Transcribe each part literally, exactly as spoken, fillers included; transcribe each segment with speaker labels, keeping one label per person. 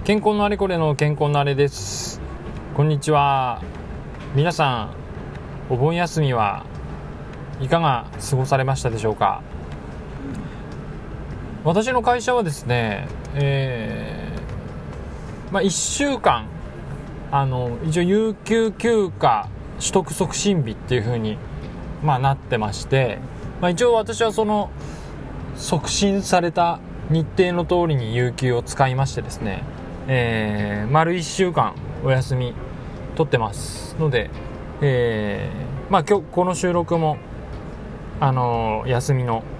Speaker 1: 健康のあれこれの健康のあれです。こんにちは。皆さん、お盆休みはいかが過ごされましたでしょうか。私の会社はですね、えーまあ、いっしゅうかんあの一応有給休暇取得促進日っていう風に、まあ、なってまして、まあ、一応私はその促進された日程の通りに有給を使いましてですね、えー、丸いっしゅうかんお休み取ってますので、えー、まあ今日この収録もあのー、休みの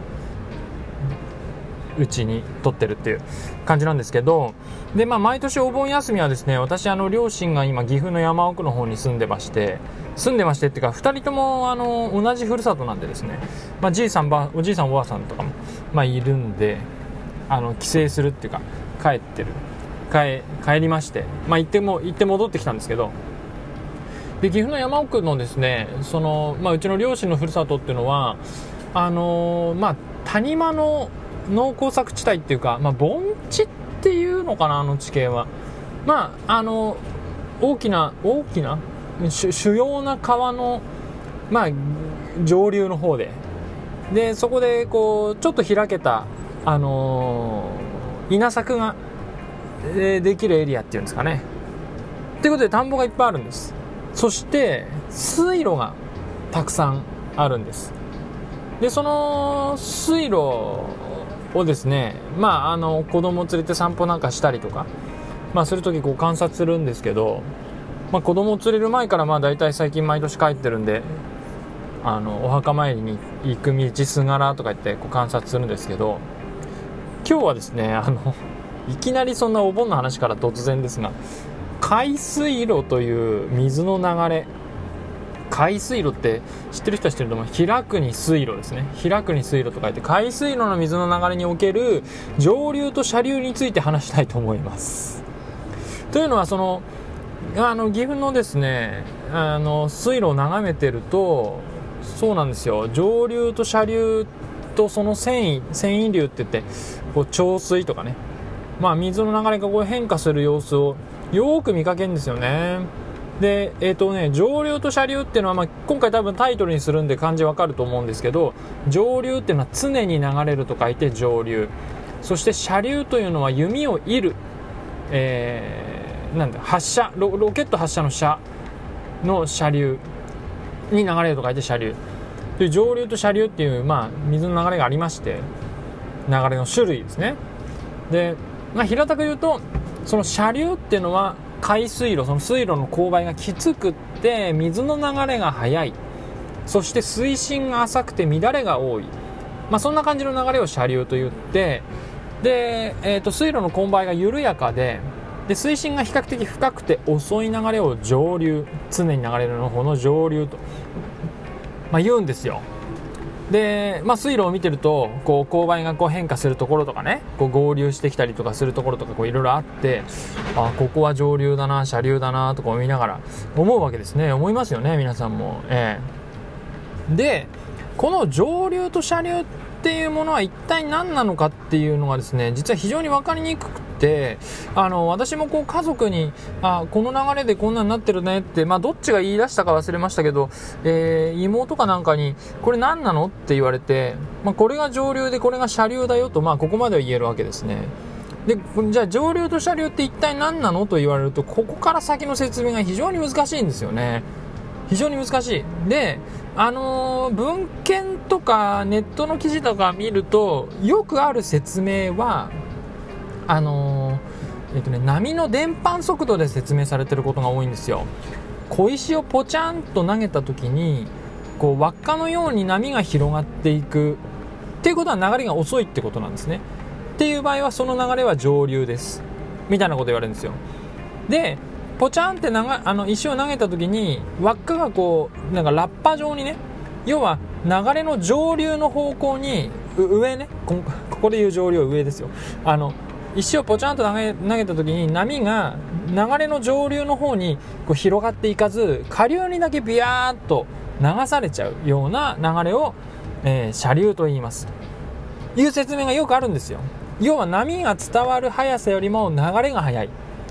Speaker 1: うちに撮ってるっていう感じなんですけど、で、まあ、毎年お盆休みはですね、私あの両親が今岐阜の山奥の方に住んでまして住んでましてっていうかふたりともあの同じふるさとなんでですね、まあ、じいさんばおじいさんおばあさんとかも、まあ、いるんで、あの帰省するっていうか帰ってる帰, 帰りまして、まあ、行っても行って戻ってきたんですけど、で岐阜の山奥のですね、その、まあ、うちの両親のふるさとっていうのはあのー、まあ谷間の農耕作地帯っていうか、まあ、盆地っていうのかな、あの地形は。まああの大きな大きな主要な川の、まあ、上流の方ででそこでこうちょっと開けた、あのー、稲作が、えー、できるエリアっていうんですかね。ということで田んぼがいっぱいあるんです。そして水路がたくさんあるんです。でその水路をですね、まあ、あの子供を連れて散歩なんかしたりとか、まあ、するときこう観察するんですけど、まあ、子供を連れる前からまあ大体最近毎年帰ってるんで、あのお墓参りに行く道すがらとか言ってこう観察するんですけど、今日はですね、あのいきなりそんなお盆の話から突然ですが、海水路という水の流れ、海水路って知ってる人は知ってると思う。開くに水路ですね。開くに水路と書いて海水路の水の流れにおける上流と下流について話したいと思います。というのはそのあの岐阜のですね、あの水路を眺めてるとそうなんですよ。上流と下流とその繊維繊維流って言ってこう潮水とかね、まあ水の流れがこう変化する様子をよく見かけるんですよね。で、えーとね、上流と下流っていうのは、まあ、今回多分タイトルにするんで漢字わかると思うんですけど、上流っていうのは常に流れると書いて上流、そして下流というのは弓を射る、えー、なんだ発射 ロ, ロケット発射の射の下流に流れると書いて下流という上流と下流っていう、まあ、水の流れがありまして、流れの種類ですね。で、まあ、平たく言うとその下流っていうのは海水路、その水路の勾配がきつくって水の流れが速い、そして水深が浅くて乱れが多い、まあ、そんな感じの流れを下流と言って、で、えー、と水路の勾配が緩やかで、で水深が比較的深くて遅い流れを上流、常に流れるの方の上流と、まあ、言うんですよ。で、まあ、水路を見てるとこう勾配がこう変化するところとかね、こう合流してきたりとかするところとかいろいろあって、あ、ここは上流だな下流だなとか見ながら思うわけですね。思いますよね、皆さんも、ええ、でこの上流と下流っていうものは一体何なのかっていうのがですね、実は非常に分かりにくくて、あの私もこう家族にあこの流れでこんなになってるねって、まあ、どっちが言い出したか忘れましたけど、えー、妹かなんかにこれ何なのって言われて、まあ、これが上流でこれが下流だよと、まあ、ここまでは言えるわけですね。でじゃあ上流と下流って一体何なのと言われると、ここから先の説明が非常に難しいんですよね。非常に難しい。で、あのー、文献とかネットの記事とか見るとよくある説明はあのーえっとね、波の伝播速度で説明されてることが多いんですよ。小石をポチャンと投げた時にこう輪っかのように波が広がっていくっていうことは流れが遅いってことなんですね。っていう場合はその流れは上流ですみたいなこと言われるんですよ。でポチャンってながあの石を投げた時に輪っかがこうなんかラッパ状にね、要は流れの上流の方向に上ね、ここでいう上流は上ですよ。あの石をポチャンと投げ、投げた時に波が流れの上流の方にこう広がっていかず下流にだけビヤーっと流されちゃうような流れを、えー、射流と言いますいう説明がよくあるんですよ。要は波が伝わる速さよりも流れが速い、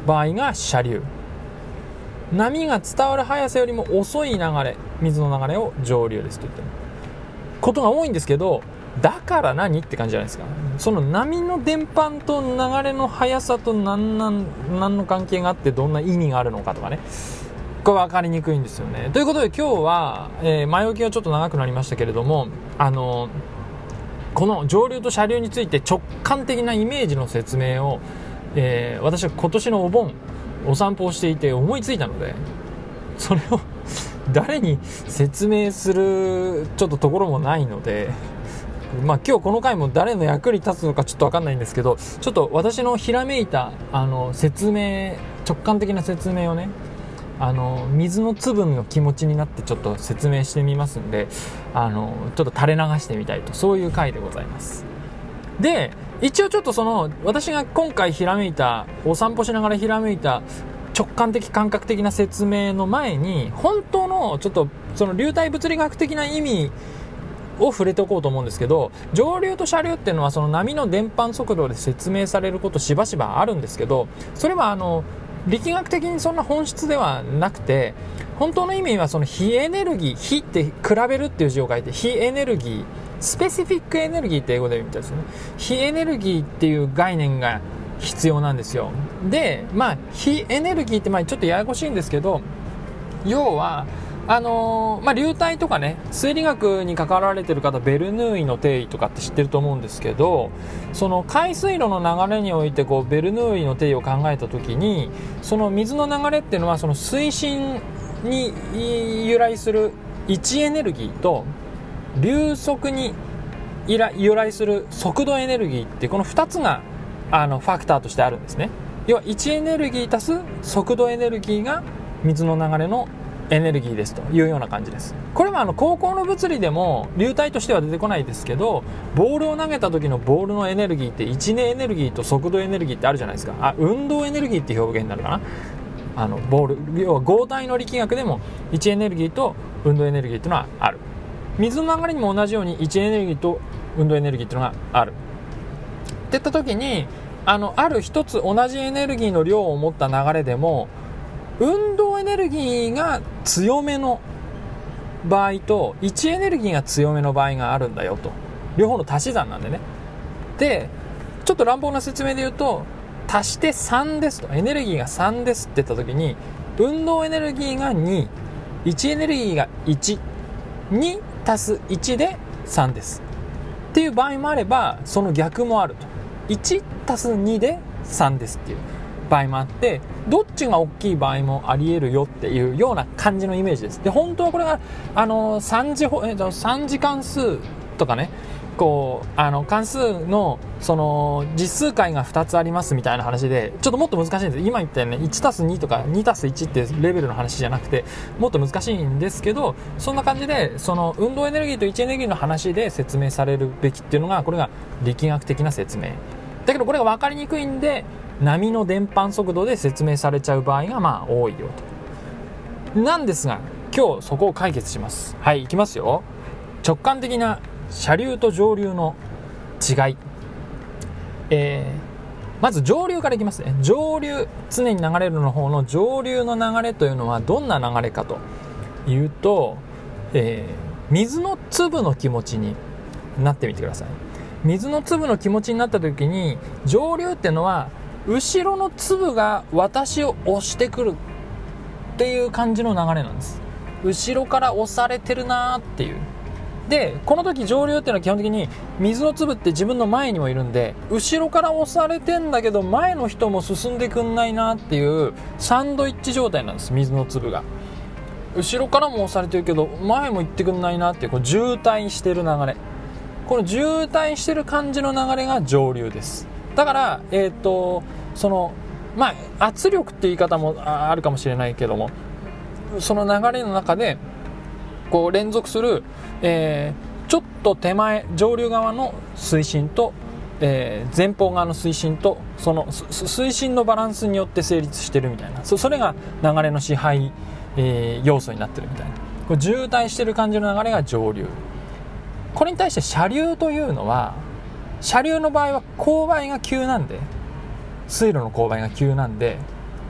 Speaker 1: 場合が射流、波が伝わる速さよりも遅い流れ、水の流れを上流ですと言ってることが多いんですけど、だから何って感じじゃないですか。その波の伝播と流れの速さと何なん何の関係があってどんな意味があるのかとかね、これ分かりにくいんですよね。ということで今日は、えー、前置きがちょっと長くなりましたけれども、あのこの上流と下流について直感的なイメージの説明を、えー、私は今年のお盆お散歩をしていて思いついたので、それを誰に説明するちょっとところもないので、まあ、今日この回も誰の役に立つのかちょっと分かんないんですけど、ちょっと私のひらめいたあの説明、直感的な説明をね、あの水の粒の気持ちになってちょっと説明してみますんで、あのちょっと垂れ流してみたいと、そういう回でございます。で、一応ちょっとその私が今回ひらめいた、お散歩しながらひらめいた直感的感覚的な説明の前に、本当のちょっとその流体物理学的な意味を触れておこうと思うんですけど、上流と下流っていうのはその波の伝播速度で説明されることしばしばあるんですけど、それはあの力学的にそんな本質ではなくて、本当の意味はその非エネルギー、非って比べるっていう字を書いて非エネルギー、スペシフィックエネルギーって英語で言うみたいですよね。非エネルギーっていう概念が必要なんですよ。で、まあ非エネルギーってまあちょっとややこしいんですけど、要はあのーまあ、流体とかね、水理学に関わられている方、ベルヌーイの定義とかって知ってると思うんですけど、その海水路の流れにおいてこうベルヌーイの定義を考えたときに、その水の流れっていうのはその水深に由来する位置エネルギーと流速に由来する速度エネルギーっていうこのふたつがあのファクターとしてあるんですね。要は位置エネルギー足す速度エネルギーが水の流れのエネルギーですというような感じです。これはあの高校の物理でも流体としては出てこないですけど、ボールを投げた時のボールのエネルギーって位置エネルギーと速度エネルギーってあるじゃないですか。あ、運動エネルギーって表現になるかな。あのボール、要は合体の力学でも位置エネルギーと運動エネルギーっていうのはある。水の流れにも同じように位置エネルギーと運動エネルギーっていうのがあるっていった時に、あのある一つ同じエネルギーの量を持った流れでも運動エネルギーが強めの場合と位置エネルギーが強めの場合があるんだよと。両方の足し算なんでね。で、ちょっと乱暴な説明で言うと、足してさんですと、エネルギーがさんですって言った時に、運動エネルギーがに、位置エネルギーがいち、に足すいちでさんですっていう場合もあれば、その逆もあると。いち足すにでさんですっていう場合もあって、どっちが大きい場合もあり得るよっていうような感じのイメージです。で、本当はこれがあの3次え3次関数とかね、こうあの関数のその実数解がふたつありますみたいな話で、ちょっともっと難しいんです。今言ったよね、いち足すにとかに足すいちってレベルの話じゃなくて、もっと難しいんですけど、そんな感じでその運動エネルギーと位置エネルギーの話で説明されるべきっていうのが、これが力学的な説明だけど、これが分かりにくいんで波の伝播速度で説明されちゃう場合がまあ多いよと。なんですが今日そこを解決します。はい、いきますよ。直感的な射流と上流の違い、えー、まず上流からいきますね。上流、常に流れるの方の上流の流れというのはどんな流れかというと、えー、水の粒の気持ちになってみてください。水の粒の気持ちになった時に、上流っていうのは後ろの粒が私を押してくるっていう感じの流れなんです。後ろから押されてるなーっていう。で、この時上流っていうのは基本的に水の粒って自分の前にもいるんで、後ろから押されてんだけど前の人も進んでくんないなっていうサンドイッチ状態なんです。水の粒が後ろからも押されてるけど前も行ってくんないなっていう、こう渋滞してる流れ、この渋滞してる感じの流れが上流です。だからえっとそのまあ圧力って言い方もあるかもしれないけども、その流れの中でこう連続する、えー、ちょっと手前上流側の水深と、えー、前方側の水深と、その水深のバランスによって成立してるみたいな、 そ, それが流れの支配、えー、要素になってるみたいな、これ渋滞してる感じの流れが上流。これに対して射流というのは、射流の場合は勾配が急なんで、水路の勾配が急なんで、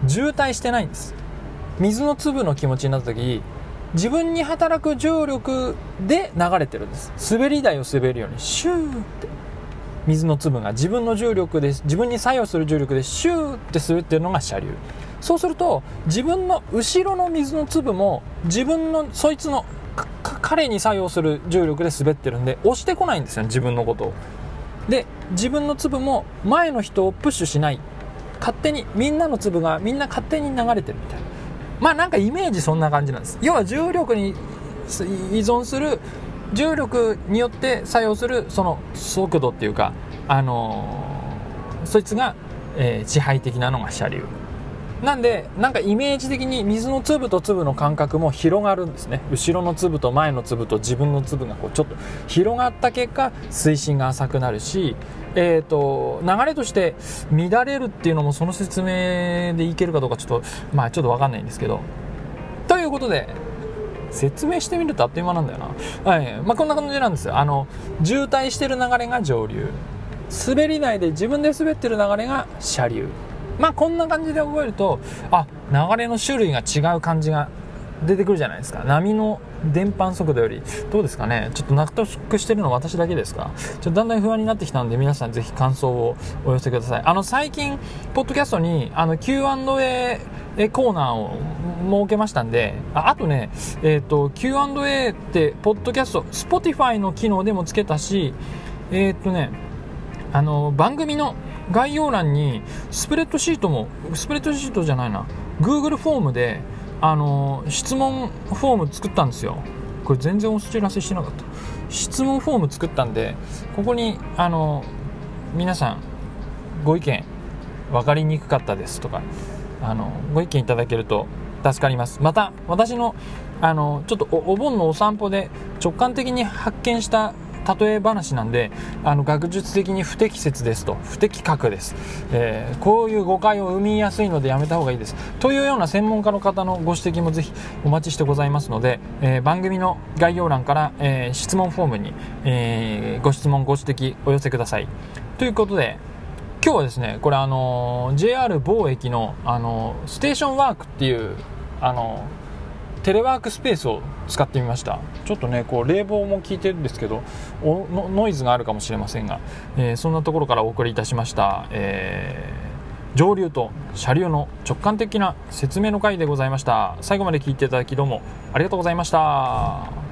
Speaker 1: 渋滞してないんです。水の粒の気持ちになった時、自分に働く重力で流れてるんです。滑り台を滑るようにシューって水の粒が自分の重力で、自分に作用する重力でシューって滑ってるのが射流。そうすると自分の後ろの水の粒も自分のそいつの彼に作用する重力で滑ってるんで押してこないんですよ、自分のことを。で自分の粒も前の人をプッシュしない、勝手にみんなの粒がみんな勝手に流れてるみたいな、まあなんかイメージそんな感じなんです。要は重力に依存する、重力によって作用するその速度っていうか、あのー、そいつが、えー、支配的なのが射流なんで、なんかイメージ的に水の粒と粒の間隔も広がるんですね。後ろの粒と前の粒と自分の粒がこうちょっと広がった結果水深が浅くなるし、えーと、流れとして乱れるっていうのもその説明でいけるかどうかちょっとまあちょっと分かんないんですけど、ということで説明してみるとあっという間なんだよな、はいまあ、こんな感じなんですよ。あの渋滞してる流れが上流、滑り台で自分で滑ってる流れが射流。まあこんな感じで覚えると、あ、流れの種類が違う感じが出てくるじゃないですか。波の伝播速度よりどうですかね。ちょっと納得してるのは私だけですか。ちょっとだんだん不安になってきたので、皆さんぜひ感想をお寄せください。あの最近ポッドキャストにあの キューアンドエー コーナーを設けましたんで、あ, あとね、えっと キューアンドエー ってポッドキャスト Spotify の機能でもつけたし、えっとねあの番組の概要欄にスプレッドシートもスプレッドシートじゃないな Google フォームであの質問フォーム作ったんですよ。これ全然お知らせしてなかった。質問フォーム作ったんで、ここにあの皆さんご意見分かりにくかったですとかあのご意見いただけると助かります。また私のあのちょっと お, お盆のお散歩で直感的に発見した例え話なんで、あの学術的に不適切ですと、不適格です、えー、こういう誤解を生みやすいのでやめた方がいいですというような専門家の方のご指摘もぜひお待ちしてございますので、えー、番組の概要欄から、えー、質問フォームに、えー、ご質問ご指摘お寄せくださいということで、今日はですねこれあの ジェイアール 某駅の、あのステーションワークっていうあのテレワークスペースを使ってみました。ちょっとねこう冷房も効いてるんですけどおのノイズがあるかもしれませんが、えー、そんなところからお送りいたしました、えー、上流と下流の直感的な説明の回でございました。最後まで聞いていただきどうもありがとうございました。